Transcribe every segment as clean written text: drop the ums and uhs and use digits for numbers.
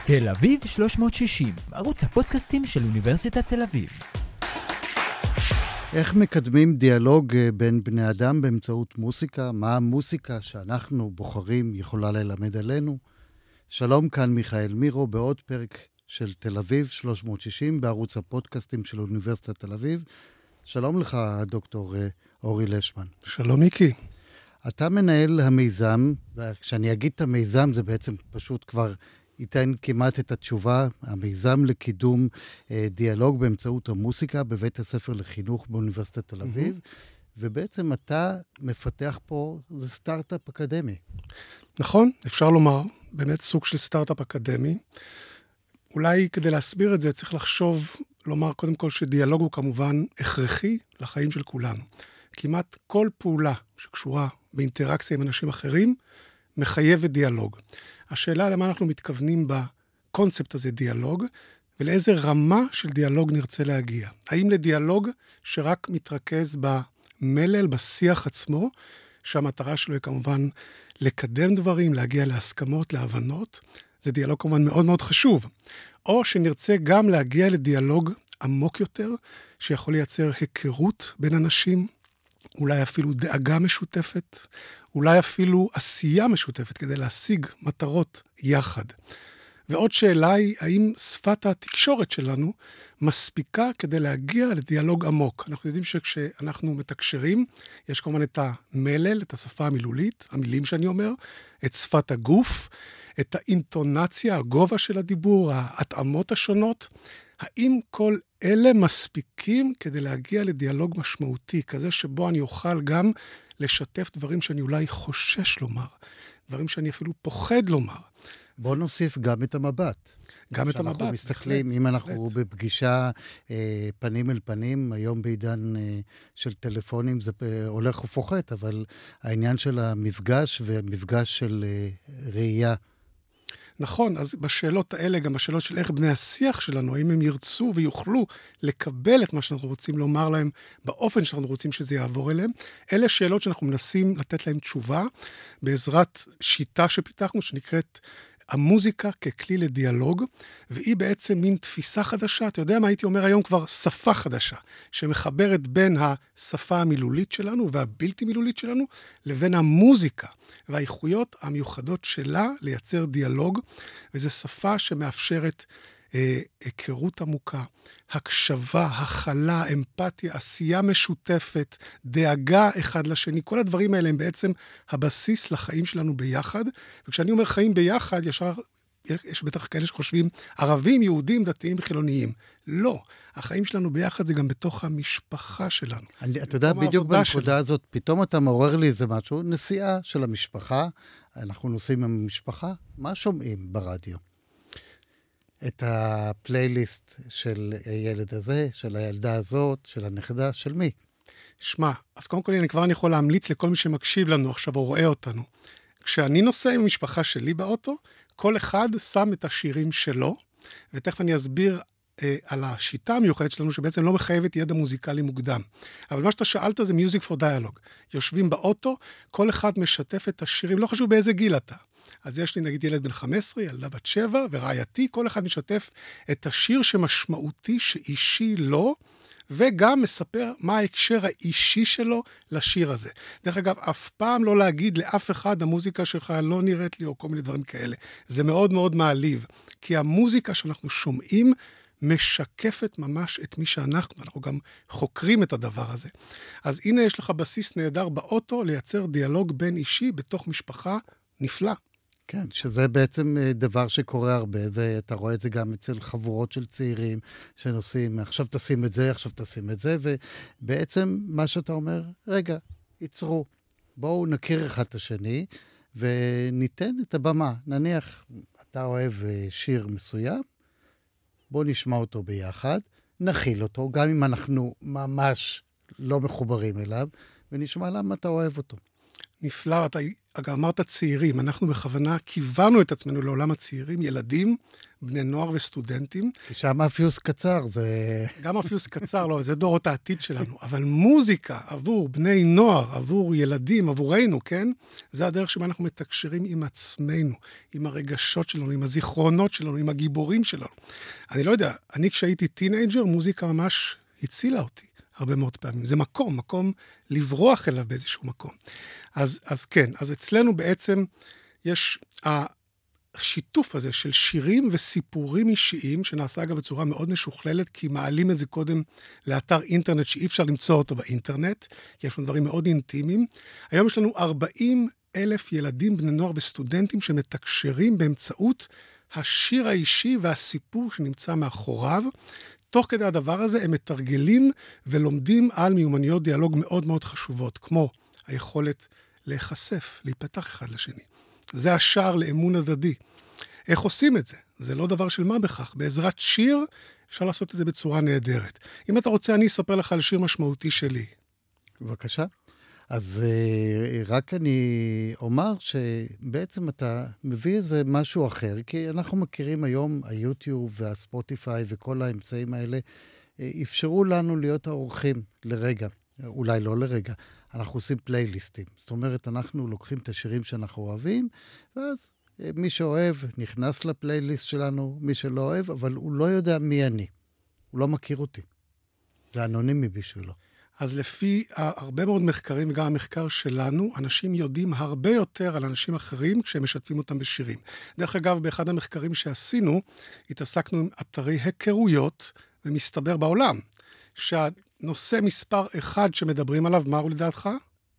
תל אביב 360, ערוץ הפודקאסטים של אוניברסיטת תל אביב. איך מקדמים דיאלוג בין בני אדם באמצעות מוסיקה? מה המוסיקה שאנחנו בוחרים יכולה ללמד עלינו? שלום, כאן מיכאל מירו בעוד פרק של תל אביב 360 בערוץ הפודקאסטים של אוניברסיטת תל אביב. שלום לך, דוקטור אורי לשמן. שלום מיקי. אתה מנהל המיזם, וכשאני אגיד את המיזם זה בעצם פשוט כבר ייתן כמעט את התשובה, המיזם לקידום דיאלוג באמצעות המוסיקה בבית הספר לחינוך באוניברסיטת תל אביב, ובעצם אתה מפתח פה, זה סטארט-אפ אקדמי. נכון, אפשר לומר, באמת סוג של סטארט-אפ אקדמי. אולי כדי להסביר את זה צריך לומר קודם כל שדיאלוג הוא כמובן הכרחי לחיים של כולנו. כמעט כל פעולה שקשורה באינטראקציה עם אנשים אחרים, מחייבת דיאלוג. השאלה למה אנחנו מתכוונים בקונספט הזה דיאלוג, ולאיזה רמה של דיאלוג נרצה להגיע. האם לדיאלוג שרק מתרכז במלל, בשיח עצמו, שהמטרה שלו היא כמובן לקדם דברים, להגיע להסכמות, להבנות, זה דיאלוג כמובן מאוד מאוד חשוב. או שנרצה גם להגיע לדיאלוג עמוק יותר, שיכול לייצר היכרות בין אנשים, אולי אפילו דאגה משותפת, אולי אפילו עשייה משותפת כדי להשיג מטרות יחד. ועוד שאלה היא, האם שפת התקשורת שלנו מספיקה כדי להגיע לדיאלוג עמוק? אנחנו יודעים שכשאנחנו מתקשרים, יש כמובן את המלל, את השפה המילולית, המילים שאני אומר, את שפת הגוף, את האינטונציה, הגובה של הדיבור, ההתאמות השונות. האם כל אלה מספיקים כדי להגיע לדיאלוג משמעותי, כזה שבו אני אוכל גם לשתף דברים שאני אולי חושש לומר, דברים שאני אפילו פוחד לומר. בוא נוסיף גם את המבט. גם את המבט. כשאנחנו מסתכלים, אם אנחנו בפגישה פנים אל פנים, היום בעידן של טלפונים זה הולך ופוחת, אבל העניין של המפגש ומפגש של ראייה. נכון, אז בשאלות האלה, גם בשאלות של איך בני השיח שלנו, האם הם ירצו ויוכלו לקבל את מה שאנחנו רוצים לומר להם, באופן שאנחנו רוצים שזה יעבור אליהם, אלה שאלות שאנחנו מנסים לתת להם תשובה, בעזרת שיטה שפיתחנו, שנקראת המוזיקה ככלי לדיאלוג, והיא בעצם מין תפיסה חדשה, אתה יודע מה הייתי אומר היום כבר שפה חדשה, שמחברת בין השפה המילולית שלנו והבלתי מילולית שלנו, לבין המוזיקה והאיכויות המיוחדות שלה לייצר דיאלוג, וזו שפה שמאפשרת היכרות עמוקה, הקשבה, הכלה, אמפתיה, עשייה משותפת, דאגה אחד לשני, כל הדברים האלה הם בעצם הבסיס לחיים שלנו ביחד, וכשאני אומר חיים ביחד, יש בטח כאלה שחושבים ערבים, יהודים, דתיים וחילוניים. לא, החיים שלנו ביחד זה גם בתוך המשפחה שלנו. אתה יודע, בדיוק בנקודה הזאת, פתאום אתה מעורר לי איזה משהו, נסיעה של המשפחה, אנחנו נוסעים עם המשפחה, מה שומעים ברדיו? את הפלייליסט של הילד הזה, של הילדה הזאת, של הנכדה, של מי? שמע, אז קודם כל אני יכול להמליץ לכל מי שמקשיב לנו עכשיו או רואה אותנו. כשאני נוסע עם המשפחה שלי באוטו, כל אחד שם את השירים שלו, ותכף אני אסביר על השיטה המיוחדת שלנו, שבעצם לא מחייבת ידע מוזיקלי מוקדם. אבל מה שאתה שאלת זה Music for Dialogue. יושבים באוטו, כל אחד משתף את השירים, לא חשוב באיזה גיל אתה. אז יש לי נגיד ילד בן 15, ילדה בת 7, ורעייתי, כל אחד משתף את השיר שמשמעותי, שאישי לו, וגם מספר מה ההקשר האישי שלו לשיר הזה. דרך אגב, אף פעם לא להגיד לאף אחד, המוזיקה שלך לא נראית לי, או כל מיני דברים כאלה. זה מאוד מאוד מעליב, כי המוזיקה שאנחנו שומעים, משקפת ממש את מי אנחנו גם חוקרים את הדבר הזה. אז הנה יש לך בסיס נהדר באוטו, לייצר דיאלוג בין אישי בתוך משפחה נפלא. כן, שזה בעצם דבר שקורה הרבה, ואתה רואה את זה גם אצל חבורות של צעירים שנוסעים, עכשיו תשים את זה, עכשיו תשים את זה, ובעצם מה שאתה אומר, רגע, ייצרו, בואו נכיר אחד את השני, וניתן את הבמה. נניח, אתה אוהב שיר מסוים, בואו נשמע אותו ביחד, נכיל אותו, גם אם אנחנו ממש לא מחוברים אליו, ונשמע למה אתה אוהב אותו. נפלא, אתה אגב אמרת צעירים, אנחנו בכוונה כיוונו את עצמנו לעולם הצעירים, ילדים, בני נוער וסטודנטים. שם הפיוס קצר, זה... גם הפיוס קצר, לא, זה דורות העתיד שלנו, אבל מוזיקה עבור בני נוער, עבור ילדים, עבורנו, כן? זה הדרך שבה אנחנו מתקשרים עם עצמנו, עם הרגשות שלנו, עם הזיכרונות שלנו, עם הגיבורים שלנו. אני לא יודע, אני כשהייתי טינאג'ר, מוזיקה ממש הצילה אותי. הרבה מאוד פעמים. זה מקום לברוח אליו באיזשהו מקום. אז כן, אז אצלנו בעצם יש השיתוף הזה של שירים וסיפורים אישיים, שנעשה אגב בצורה מאוד משוכללת, כי מעלים את זה קודם לאתר אינטרנט שאי אפשר למצוא אותו באינטרנט, כי יש לנו דברים מאוד אינטימיים. היום יש לנו 40,000 ילדים, בני נוער וסטודנטים שמתקשרים באמצעות השיר האישי והסיפור שנמצא מאחוריו. תוך כדי הדבר הזה הם מתרגלים ולומדים על מיומנויות דיאלוג מאוד מאוד חשובות, כמו היכולת להיחשף, להיפתח אחד לשני. זה השער לאמון הדדי. איך עושים את זה? זה לא דבר של מה בכך. בעזרת שיר אפשר לעשות את זה בצורה נהדרת. אם אתה רוצה, אני אספר לך על שיר משמעותי שלי. בבקשה. אז רק אני אומר שבעצם אתה מביא איזה משהו אחר, כי אנחנו מכירים היום, היוטיוב והספוטיפיי וכל האמצעים האלה, אפשרו לנו להיות האורחים לרגע, אולי לא לרגע. אנחנו עושים פלייליסטים. זאת אומרת, אנחנו לוקחים את השירים שאנחנו אוהבים, ואז מי שאוהב נכנס לפלייליסט שלנו, מי שלא אוהב, אבל הוא לא יודע מי אני. הוא לא מכיר אותי. זה אנונימי בשבילו. אז לפי הרבה מאוד מחקרים, וגם המחקר שלנו, אנשים יודעים הרבה יותר על אנשים אחרים כשהם משתפים אותם בשירים. דרך אגב, באחד המחקרים שעשינו, התעסקנו עם אתרי היכרויות, ומסתבר בעולם, שהנושא מספר אחד שמדברים עליו, מה הוא לדעתך?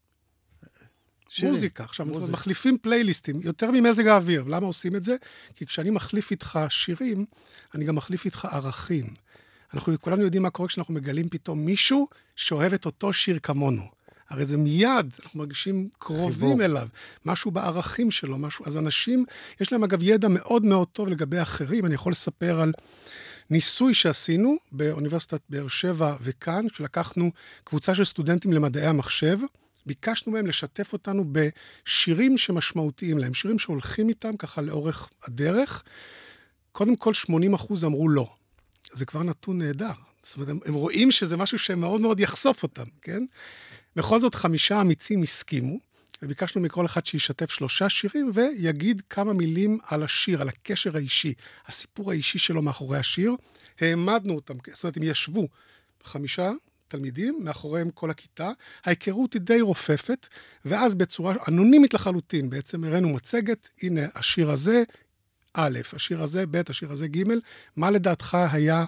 שירים. מוזיקה. עכשיו, מחליפים פלייליסטים, יותר ממזג האוויר. למה עושים את זה? כי כשאני מחליף איתך שירים, אני גם מחליף איתך ערכים. אנחנו כולנו יודעים מה קורה כשאנחנו מגלים פתאום מישהו שאוהב את אותו שיר כמונו. הרי זה מיד, אנחנו מרגישים קרובים אליו, משהו בערכים שלו, משהו. אז אנשים, יש להם אגב ידע מאוד מאוד טוב לגבי אחרים. אני יכול לספר על ניסוי שעשינו באוניברסיטת באר שבע וכאן, כשלקחנו קבוצה של סטודנטים למדעי המחשב, ביקשנו מהם לשתף אותנו בשירים שמשמעותיים להם, שירים שהולכים איתם ככה לאורך הדרך. קודם כל 80% אמרו לא. זה כבר נתון נהדר. זאת אומרת, הם רואים שזה משהו שמאוד מאוד יחשוף אותם, כן? בכל זאת 5 אמיצים הסכימו, וביקשנו מכל אחד שישתף 3 שירים, ויגיד כמה מילים על השיר, על הקשר האישי, הסיפור האישי שלו מאחורי השיר. העמדנו אותם, זאת אומרת, הם ישבו 5 תלמידים, מאחוריהם כל הכיתה, ההיכרות היא די רופפת, ואז בצורה אנונימית לחלוטין, בעצם הראינו מצגת, הנה השיר הזה, א', השיר הזה, ב', השיר הזה, ג', מה לדעתך היה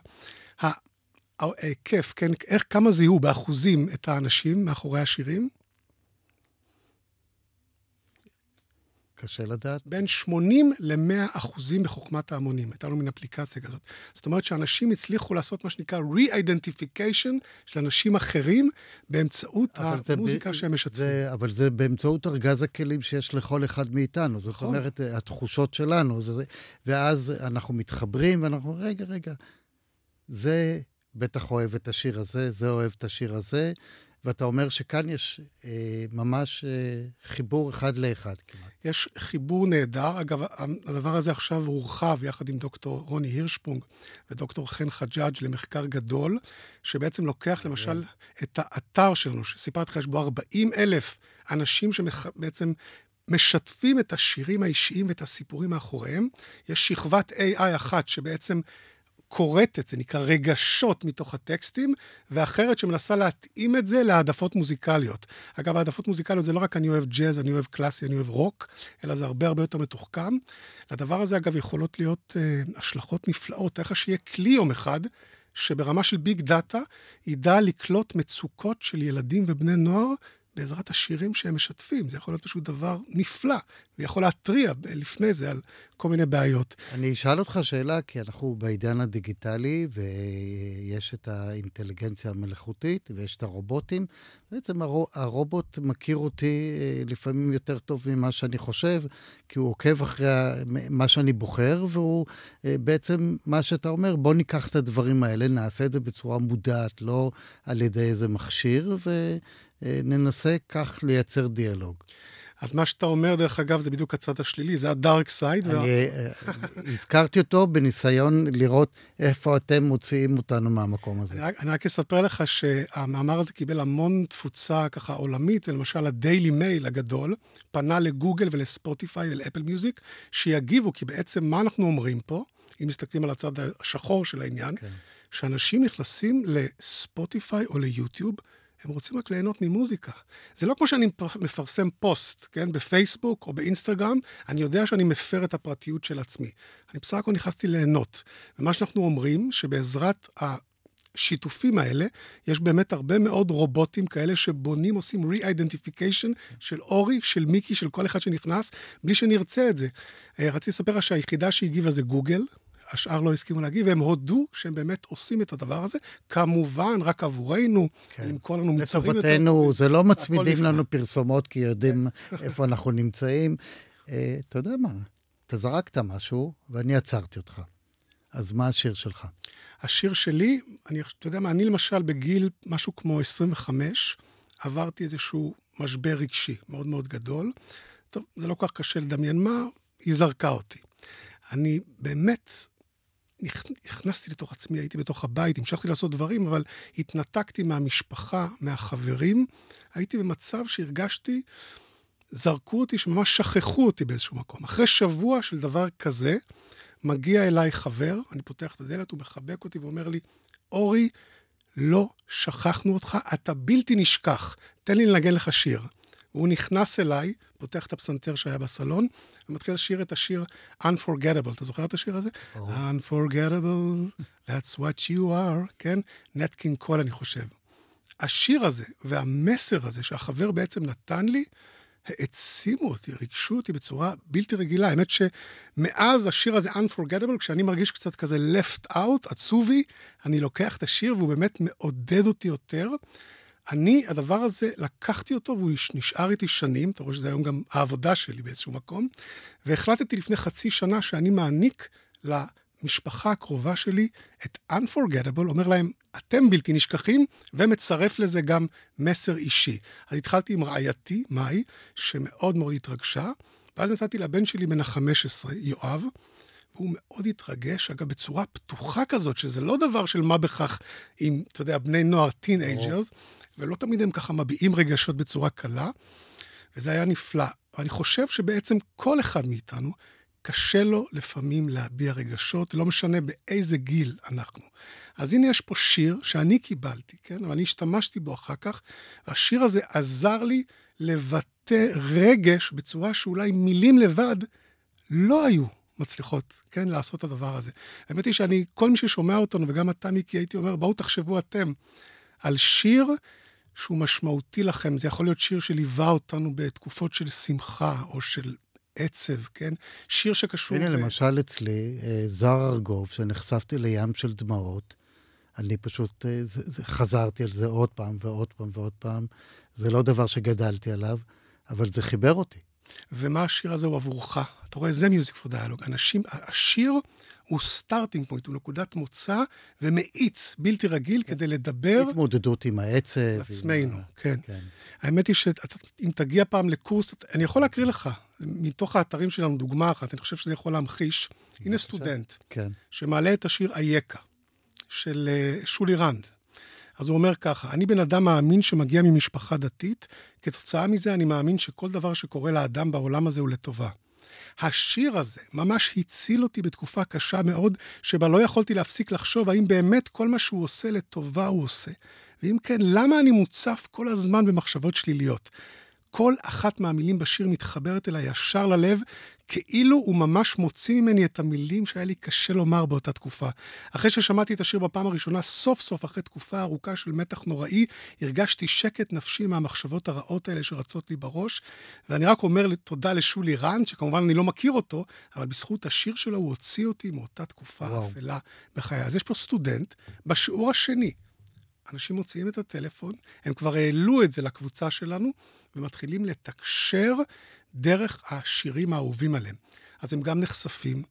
ההיקף, כן? כמה זיהו באחוזים את האנשים מאחורי השירים? קשה לדעת. בין 80 ל-100% בחוכמת ההמונים. הייתה לנו מן אפליקציה כזאת. זאת אומרת שאנשים הצליחו לעשות מה שנקרא re-identification של אנשים אחרים באמצעות המוזיקה שהם משתפים. אבל זה באמצעות ארגז הכלים שיש לכל אחד מאיתנו. זאת אומרת, התחושות שלנו. ואז אנחנו מתחברים ואנחנו, רגע, זה בטח אוהב את השיר הזה, זה אוהב את השיר הזה, ואתה אומר שכאן יש ממש חיבור אחד לאחד כמעט. יש חיבור נהדר. אגב, הדבר הזה עכשיו הורחב יחד עם דוקטור רוני הירשפונג ודוקטור חן חג'אג' למחקר גדול, שבעצם לוקח למשל את האתר שלנו, שסיפרתי לך, יש בו 40,000 אנשים שבעצם משתפים את השירים האישיים ואת הסיפורים מאחוריהם. יש שכבת AI אחת שבעצם קוראת, זה נקרא רגשות מתוך הטקסטים, ואחרת שמנסה להתאים את זה להעדפות מוזיקליות. אגב, העדפות מוזיקליות זה לא רק אני אוהב ג'אז, אני אוהב קלאסי, אני אוהב רוק, אלא זה הרבה הרבה יותר מתוחכם. לדבר הזה, אגב, יכולות להיות השלכות נפלאות, איך שיהיה כלי יום אחד, שברמה של ביג דאטה, ידע לקלוט מצוקות של ילדים ובני נוער, בעזרת השירים שהם משתפים. זה יכול להיות פשוט דבר נפלא, ויכול להטריע לפני זה על כל מיני בעיות. אני אשאל אותך שאלה, כי אנחנו בעידן הדיגיטלי, ויש את האינטליגנציה המלאכותית, ויש את הרובוטים. בעצם הרובוט מכיר אותי לפעמים יותר טוב ממה שאני חושב, כי הוא עוקב אחרי מה שאני בוחר, והוא בעצם מה שאתה אומר, בוא ניקח את הדברים האלה, נעשה את זה בצורה מודעת, לא על ידי איזה מכשיר, וננסה כך לייצר דיאלוג. אז מה שאתה אומר, דרך אגב, זה בדיוק הצד השלילי, זה הדארק סייד. אני הזכרתי אותו בניסיון לראות איפה אתם מוציאים אותנו מהמקום הזה. אני רק אספר לך שהמאמר הזה קיבל המון תפוצה ככה עולמית, ולמשל הדיילי מייל הגדול פנה לגוגל ולספוטיפיי ולאפל מיוזיק, שיגיבו, כי בעצם מה אנחנו אומרים פה, אם מסתכלים על הצד השחור של העניין, שאנשים נכנסים לספוטיפיי או ליוטיוב, הם רוצים רק ליהנות ממוזיקה. זה לא כמו שאני מפרסם פוסט, כן, בפייסבוק או באינסטגרם, אני יודע שאני מפר את הפרטיות של עצמי. אני בסך הכל נכנסתי ליהנות. ומה שאנחנו אומרים, שבעזרת השיתופים האלה, יש באמת הרבה מאוד רובוטים כאלה שבונים, עושים re-identification של אורי, של מיקי, של כל אחד שנכנס, בלי שנרצה את זה. רציתי לספר שהיחידה שהגיבה זה גוגל, השאר לא הסכימו להגיב, והם הודו שהם באמת עושים את הדבר הזה, כמובן, רק עבורנו, למכור לנו מוצרים יותר. לטובתנו, זה לא מצמידים לנו פרסומות, כי יודעים איפה אנחנו נמצאים. אתה יודע מה, אתה זרקת משהו, ואני עצרתי אותך. אז מה השיר שלך? השיר שלי, אתה יודע מה, אני למשל בגיל משהו כמו 25, עברתי איזשהו משבר רגשי מאוד מאוד גדול. טוב, זה לא כל כך קשה לדמיין מה, היא זרקה אותי. אני באמת נכנסתי לתוך עצמי, הייתי בתוך הבית, המשכתי לעשות דברים, אבל התנתקתי מהמשפחה, מהחברים. הייתי במצב שהרגשתי, זרקו אותי, שממש שכחו אותי באיזשהו מקום. אחרי שבוע של דבר כזה, מגיע אליי חבר, אני פותח את הדלת, הוא מחבק אותי ואומר לי, אורי, לא שכחנו אותך, אתה בלתי נשכח, תן לי לנגן לך שיר. והוא נכנס אליי, פותח את הפסנתר שהיה בסלון, ומתחיל לשיר את השיר Unforgettable. אתה זוכר את השיר הזה? Unforgettable, that's what you are, כן? נט קינג קול, אני חושב. השיר הזה והמסר הזה שהחבר בעצם נתן לי, העצימו אותי, ריגשו אותי בצורה בלתי רגילה. האמת שמאז השיר הזה Unforgettable, כשאני מרגיש קצת כזה left out, עצובי, אני לוקח את השיר והוא באמת מעודד אותי יותר. הדבר הזה, לקחתי אותו והוא נשאר איתי שנים, אתה רואה שזה היום גם העבודה שלי באיזשהו מקום, והחלטתי לפני חצי שנה שאני מעניק למשפחה הקרובה שלי את Unforgettable, אומר להם, אתם בלתי נשכחים, ומצרף לזה גם מסר אישי. אז התחלתי עם רעייתי, מאי, שמאוד מאוד התרגשה, ואז נתתי לבן שלי בן ה-15, יואב, והוא מאוד התרגש, אגב, בצורה פתוחה כזאת, שזה לא דבר של מה בכך עם, אתה יודע, בני נוער, טינאג'רס, ולא תמיד הם ככה מביעים רגשות בצורה קלה, וזה היה נפלא. ואני חושב שבעצם כל אחד מאיתנו, קשה לו לפעמים להביע רגשות, לא משנה באיזה גיל אנחנו. אז הנה יש פה שיר שאני קיבלתי, כן? אבל אני השתמשתי בו אחר כך, והשיר הזה עזר לי לבטא רגש בצורה שאולי מילים לבד לא היו מצליחות, כן? לעשות את הדבר הזה. האמת היא שאני, כל מי ששומע אותנו, וגם אתה מיקי, הייתי אומר, בואו תחשבו אתם, על שיר שהוא משמעותי לכם. זה יכול להיות שיר שליווה אותנו בתקופות של שמחה, או של עצב, כן? שיר שקשור... הנה, למשל אצלי, זוהר ארגוב, שנחשפתי לים של דמעות, אני פשוט חזרתי על זה עוד פעם ועוד פעם ועוד פעם. זה לא דבר שגדלתי עליו, אבל זה חיבר אותי. ומה השיר הזה הוא עבורך? אתה רואה, זה מיוזיק פור דיאלוג. השיר הוא סטארטינג פוינט, הוא נקודת מוצא ומאיץ בלתי רגיל כדי לדבר... התמודדות עם העצב. עצמנו, כן. האמת היא שאם תגיע פעם לקורס, אני יכול להקריא לך, מתוך האתרים שלנו דוגמה אחת, אני חושב שזה יכול להמחיש. הנה סטודנט, שמעלה את השיר אייקה, של שולי רנד. אז הוא אומר ככה, אני בן אדם מאמין שמגיע ממשפחה דתית, כתוצאה מזה אני מאמין שכל דבר שקורה לאדם בעולם הזה הוא לטובה. השיר הזה ממש הציל אותי בתקופה קשה מאוד, שבה לא יכולתי להפסיק לחשוב האם באמת כל מה שהוא עושה לטובה הוא עושה. ואם כן, למה אני מוצף כל הזמן במחשבות שליליות? כל אחת מהמילים בשיר מתחברת אליי ישר ללב, כאילו הוא ממש מוציא ממני את המילים שהיה לי קשה לומר באותה תקופה. אחרי ששמעתי את השיר בפעם הראשונה, סוף סוף אחרי תקופה ארוכה של מתח נוראי, הרגשתי שקט נפשי מהמחשבות הרעות האלה שרצות לי בראש, ואני רק אומר תודה לשולי רנד, שכמובן אני לא מכיר אותו, אבל בזכות השיר שלו הוא הוציא אותי מאותה תקופה אפלה בחיי. אז יש פה סטודנט בשיעור השני, אנשים מוציאים את הטלפון, הם כבר העלו את זה לקבוצה שלנו, ומתחילים לתקשר דרך השירים האהובים עליהם. אז הם גם נחשפים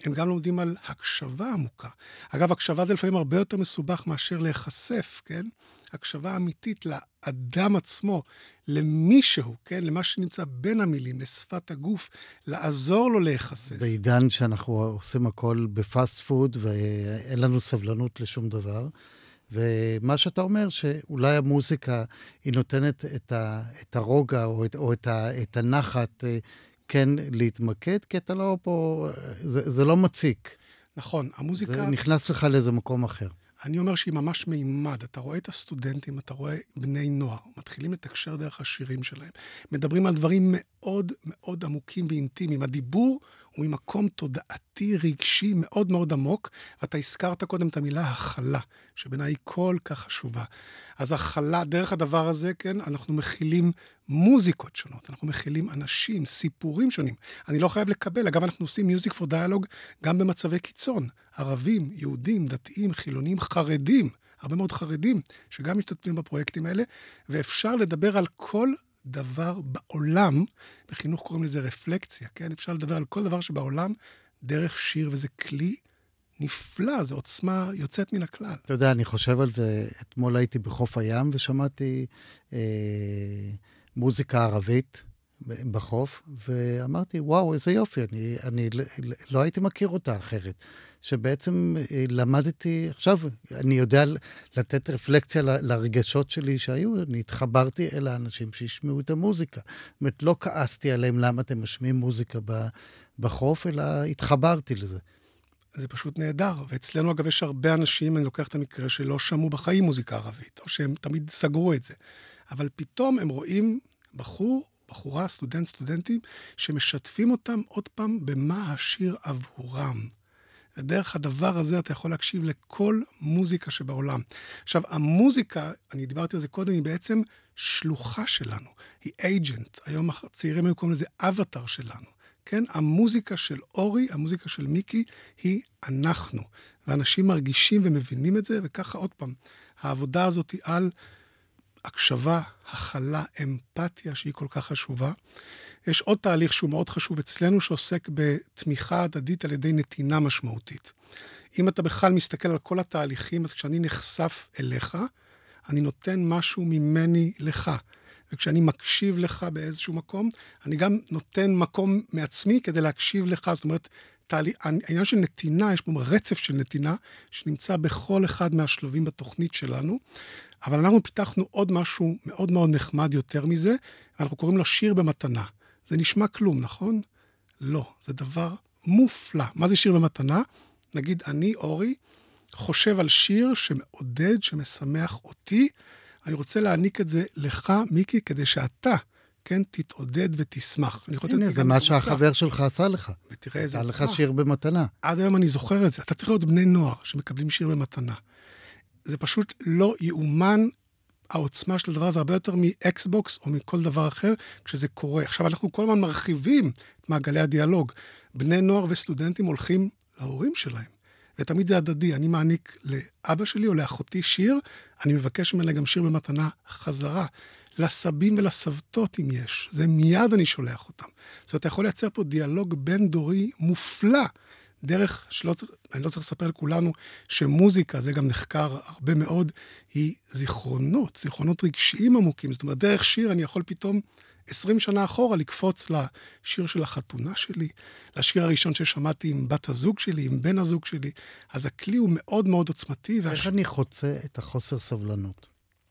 הם גם לומדים על הקשבה עמוקה. אגב, הקשבה זה לפעמים הרבה יותר מסובך מאשר להיחשף, כן? הקשבה אמיתית לאדם עצמו, למישהו, כן? למה שנמצא בין המילים, לשפת הגוף, לעזור לו להיחשף. בעידן שאנחנו עושים הכל בפאסט פוד, ואין לנו סבלנות לשום דבר, ומה שאתה אומר, שאולי המוזיקה היא נותנת את הרוגע או את הנחת, כן להתמקד, כי אתה לא פה, זה לא מציק. נכון, המוזיקה... זה נכנס לך לאיזה מקום אחר. אני אומר שהיא ממש מימד. אתה רואה את הסטודנטים, אתה רואה בני נוער, מתחילים לתקשר דרך השירים שלהם. מדברים על דברים מאוד מאוד עמוקים ואינטימיים. הדיבור הוא ממקום תודעתי, רגשי, מאוד מאוד עמוק, ואתה הזכרת קודם את המילה הכלה, שבעיניי היא כל כך חשובה. אז הכלה, דרך הדבר הזה, כן, אנחנו מכילים מוזיקות שונות, אנחנו מכילים אנשים, סיפורים שונים. אני לא חייב לקבל, אגב, אנחנו עושים Music for Dialogue גם במצבי קיצון. ערבים, יהודים, דתיים, חילונים, חרדים, הרבה מאוד חרדים, שגם משתתפים בפרויקטים האלה, ואפשר לדבר על כל דבר בעולם, בחינוך קוראים לזה רפלקציה, כן? אפשר לדבר על כל דבר שבעולם דרך שיר, וזה כלי נפלא, זו עוצמה יוצאת מן הכלל. אתה יודע, אני חושב על זה, אתמול הייתי בחוף הים ושמעתי מוזיקה ערבית בחוף, ואמרתי, וואו, איזה יופי, אני לא הייתי מכיר אותה אחרת. שבעצם למדתי, עכשיו אני יודע לתת רפלקציה לרגשות שלי שהיו, אני התחברתי אל האנשים שישמעו את המוזיקה. זאת אומרת, לא כעסתי עליהם למה אתם משמיעים מוזיקה בחוף, אלא התחברתי לזה. זה פשוט נהדר, ואצלנו אגב יש הרבה אנשים, אני לוקח את המקרה שלא שמעו בחיים מוזיקה ערבית, או שהם תמיד סגרו את זה. אבל פתאום הם רואים בחורה, סטודנטים, שמשתפים אותם עוד פעם במה השיר עבורם. ודרך הדבר הזה אתה יכול להקשיב לכל מוזיקה שבעולם. עכשיו, המוזיקה, אני דיברתי על זה קודם, היא בעצם שלוחה שלנו. היא אייג'נט. היום הצעירים היו קוראים לזה אבטר שלנו. כן? המוזיקה של אורי, המוזיקה של מיקי, היא אנחנו. ואנשים מרגישים ומבינים את זה, וככה עוד פעם, העבודה הזאת היא על הקשבה, הכלה, אמפתיה, שהיא כל כך חשובה. יש עוד תהליך שהוא מאוד חשוב אצלנו, שעוסק בתמיכה הדדית על ידי נתינה משמעותית. אם אתה בכלל מסתכל על כל התהליכים, אז כשאני נחשף אליך, אני נותן משהו ממני לך. וכשאני מקשיב לך באיזשהו מקום, אני גם נותן מקום מעצמי כדי להקשיב לך. זאת אומרת, העניין של נתינה, יש פה רצף של נתינה, שנמצא בכל אחד מהשלבים בתוכנית שלנו, אבל אנחנו פיתחנו עוד משהו מאוד מאוד נחמד יותר מזה, ואנחנו קוראים לו שיר במתנה. זה נשמע כלום, נכון? לא, זה דבר מופלא. מה זה שיר במתנה? נגיד, אני, אורי, חושב על שיר שמעודד, שמשמח אותי, אני רוצה להעניק את זה לך, מיקי, כדי שאתה, כן, תתעודד ותשמח. הנה, זה מה שהחבר שלך עשה לך. ותראה איזה עשה לך שיר במתנה. עד היום אני זוכר את זה. אתה צריך להיות בני נוער שמקבלים שיר במתנה. זה פשוט לא יאומן, העוצמה של הדבר הזה הרבה יותר מאקסבוקס או מכל דבר אחר, כשזה קורה. עכשיו אנחנו כל הזמן מרחיבים את מעגלי הדיאלוג. בני נוער וסטודנטים הולכים להורים שלהם. ותמיד זה הדדי. אני מעניק לאבא שלי או לאחותי שיר, אני מבקש ממנה גם שיר במתנה חזרה. לסבים ולסבתות אם יש. זה מיד אני שולח אותם. זאת אומרת, אתה יכול לייצר פה דיאלוג בין דורי מופלא, דרך אני לא צריך לספר לכולנו שמוזיקה, זה גם נחקר הרבה מאוד, היא זיכרונות רגשיים עמוקים. זאת אומרת, דרך שיר אני יכול פתאום 20 שנה אחורה לקפוץ לשיר של החתונה שלי, לשיר הראשון ששמעתי עם בת הזוג שלי, עם בן הזוג שלי. אז הכלי הוא מאוד מאוד עוצמתי. איך אני חוצה את החוסר סבלנות?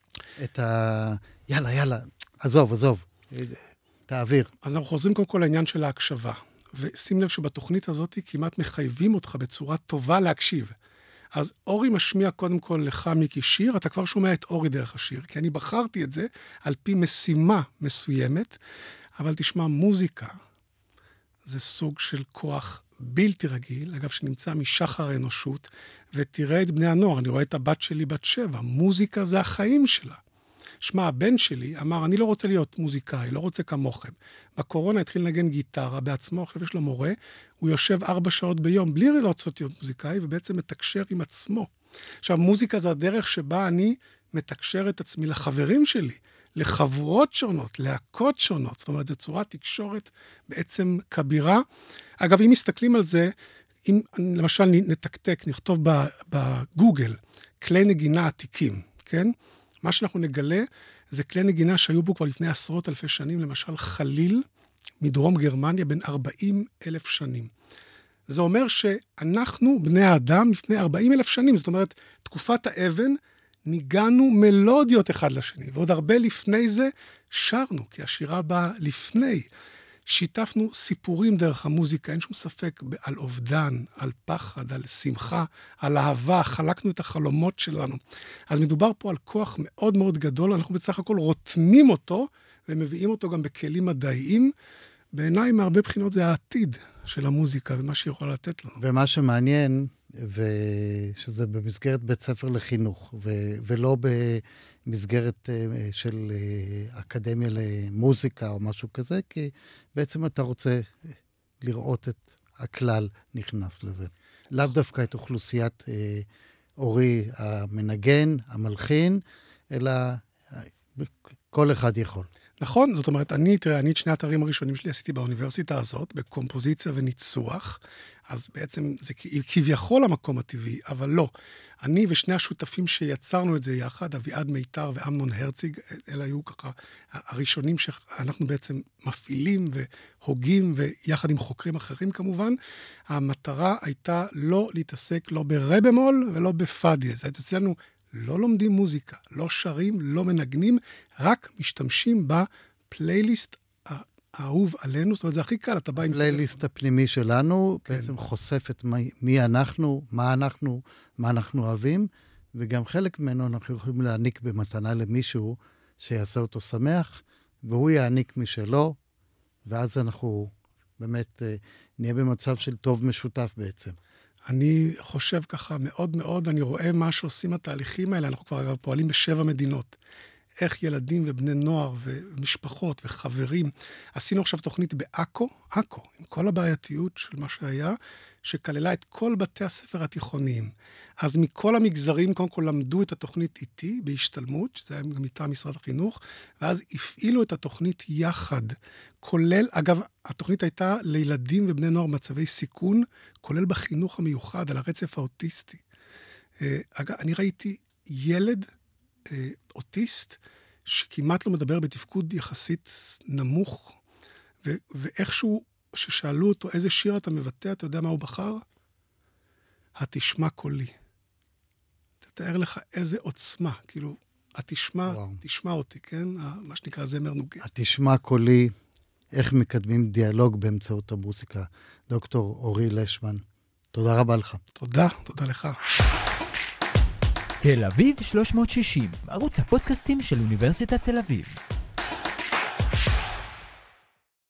יאללה, עזוב, תעביר. אז אנחנו חוזרים קודם כל לעניין של ההקשבה. ושים לב שבתוכנית הזאת כמעט מחייבים אותך בצורה טובה להקשיב. אז אורי משמיע קודם כל לך מיקי שיר, אתה כבר שומע את אורי דרך השיר, כי אני בחרתי את זה על פי משימה מסוימת, אבל תשמע, מוזיקה זה סוג של כוח בלתי רגיל, אגב שנמצא משחר האנושות, ותראה את בני הנוער, אני רואה את הבת שלי בת 7, מוזיקה זה החיים שלה. שמע, הבן שלי אמר, אני לא רוצה להיות מוזיקאי, לא רוצה כמוכם. בקורונה התחיל לנגן גיטרה בעצמו, עכשיו יש לו מורה, הוא יושב 4 שעות ביום, בלי לרצות להיות מוזיקאי, ובעצם מתקשר עם עצמו. עכשיו, מוזיקה זה הדרך שבה אני מתקשר את עצמי לחברים שלי, לחברות שונות, להקות שונות. זאת אומרת, זו צורת תקשורת בעצם כבירה. אגב, אם מסתכלים על זה, אם למשל נתקתק, נכתוב בגוגל, כלי נגינה עתיקים, כן? מה שאנחנו נגלה זה כלי נגינה שהיו בו כבר לפני עשרות אלפי שנים, למשל חליל מדרום גרמניה, בין 40,000 שנים. זה אומר שאנחנו, בני האדם, לפני 40,000 שנים, זאת אומרת, תקופת האבן, ניגענו מלודיות אחד לשני, ועוד הרבה לפני זה שרנו, כי השירה באה לפני. שיתפנו סיפורים דרך המוזיקה, אין שום ספק על אובדן, על פחד, על שמחה, על אהבה, חלקנו את החלומות שלנו. אז מדובר פה על כוח מאוד מאוד גדול, אנחנו בסך הכל רותמים אותו, ומביאים אותו גם בכלים מדעיים. בעיניי, מהרבה בחינות זה העתיד של המוזיקה, ומה שהיא יכולה לתת לנו. ומה שמעניין, ושזה במסגרת בית ספר לחינוך, ולא במסגרת של אקדמיה למוזיקה או משהו כזה, כי בעצם אתה רוצה לראות את הכלל נכנס לזה. לאו דווקא את אוכלוסיית אורי המנגן, המלחין, אלא כל אחד יכול. נכון, זאת אומרת, אני את שני התארים הראשונים שלי עשיתי באוניברסיטה הזאת, בקומפוזיציה וניצוח, אז בעצם זה כביכול המקום הטבעי, אבל לא. אני ושני השותפים שיצרנו את זה יחד, אביעד מיתר ואמנון הרציג, אלה היו ככה הראשונים שאנחנו בעצם מפעילים והוגים, ויחד עם חוקרים אחרים כמובן, המטרה הייתה לא להתעסק לא ברבמול ולא בפאדיה, זה אצלנו לא לומדים מוזיקה, לא שרים, לא מנגנים, רק משתמשים בפלייליסט האהוב עלינו. זאת אומרת, זה הכי קל, אתה בא עם... הפלייליסט הפנימי שלנו, כן. בעצם חושף את מי אנחנו, מה אנחנו אוהבים, וגם חלק ממנו אנחנו יכולים להעניק במתנה למישהו שיעשה אותו שמח, והוא יעניק משלו, ואז אנחנו באמת נהיה במצב של טוב משותף בעצם. אני חושב ככה מאוד מאוד, אני רואה מה שעושים התהליכים האלה, אנחנו כבר אגב פועלים ב7 מדינות. איך ילדים ובני נוער ומשפחות וחברים. עשינו עכשיו תוכנית בעכו, עם כל הבעייתיות של מה שהיה, שכללה את כל בתי הספר התיכוניים. אז מכל המגזרים קודם כל למדו את התוכנית איתי בהשתלמות, שזה היה גם מטעם משרד החינוך, ואז הפעילו את התוכנית יחד, כולל, אגב, התוכנית הייתה לילדים ובני נוער מצבי סיכון, כולל בחינוך המיוחד, על הרצף האוטיסטי. אגב, אני ראיתי ילד אוטיסט, שכמעט לא מדבר בתפקוד יחסית נמוך, ואיכשהו ששאלו אותו איזה שיר אתה מבטא, אתה יודע מה הוא בחר? התשמע קולי. תתאר לך איזה עוצמה, כאילו, תשמע אותי, כן? מה שנקרא זמר נוגן. התשמע קולי, איך מקדמים דיאלוג באמצעות המוזיקה. דוקטור אורי לשמן, תודה רבה לך. תודה לך. תל אביב 360, ערוץ הפודקאסטים של אוניברסיטת תל אביב.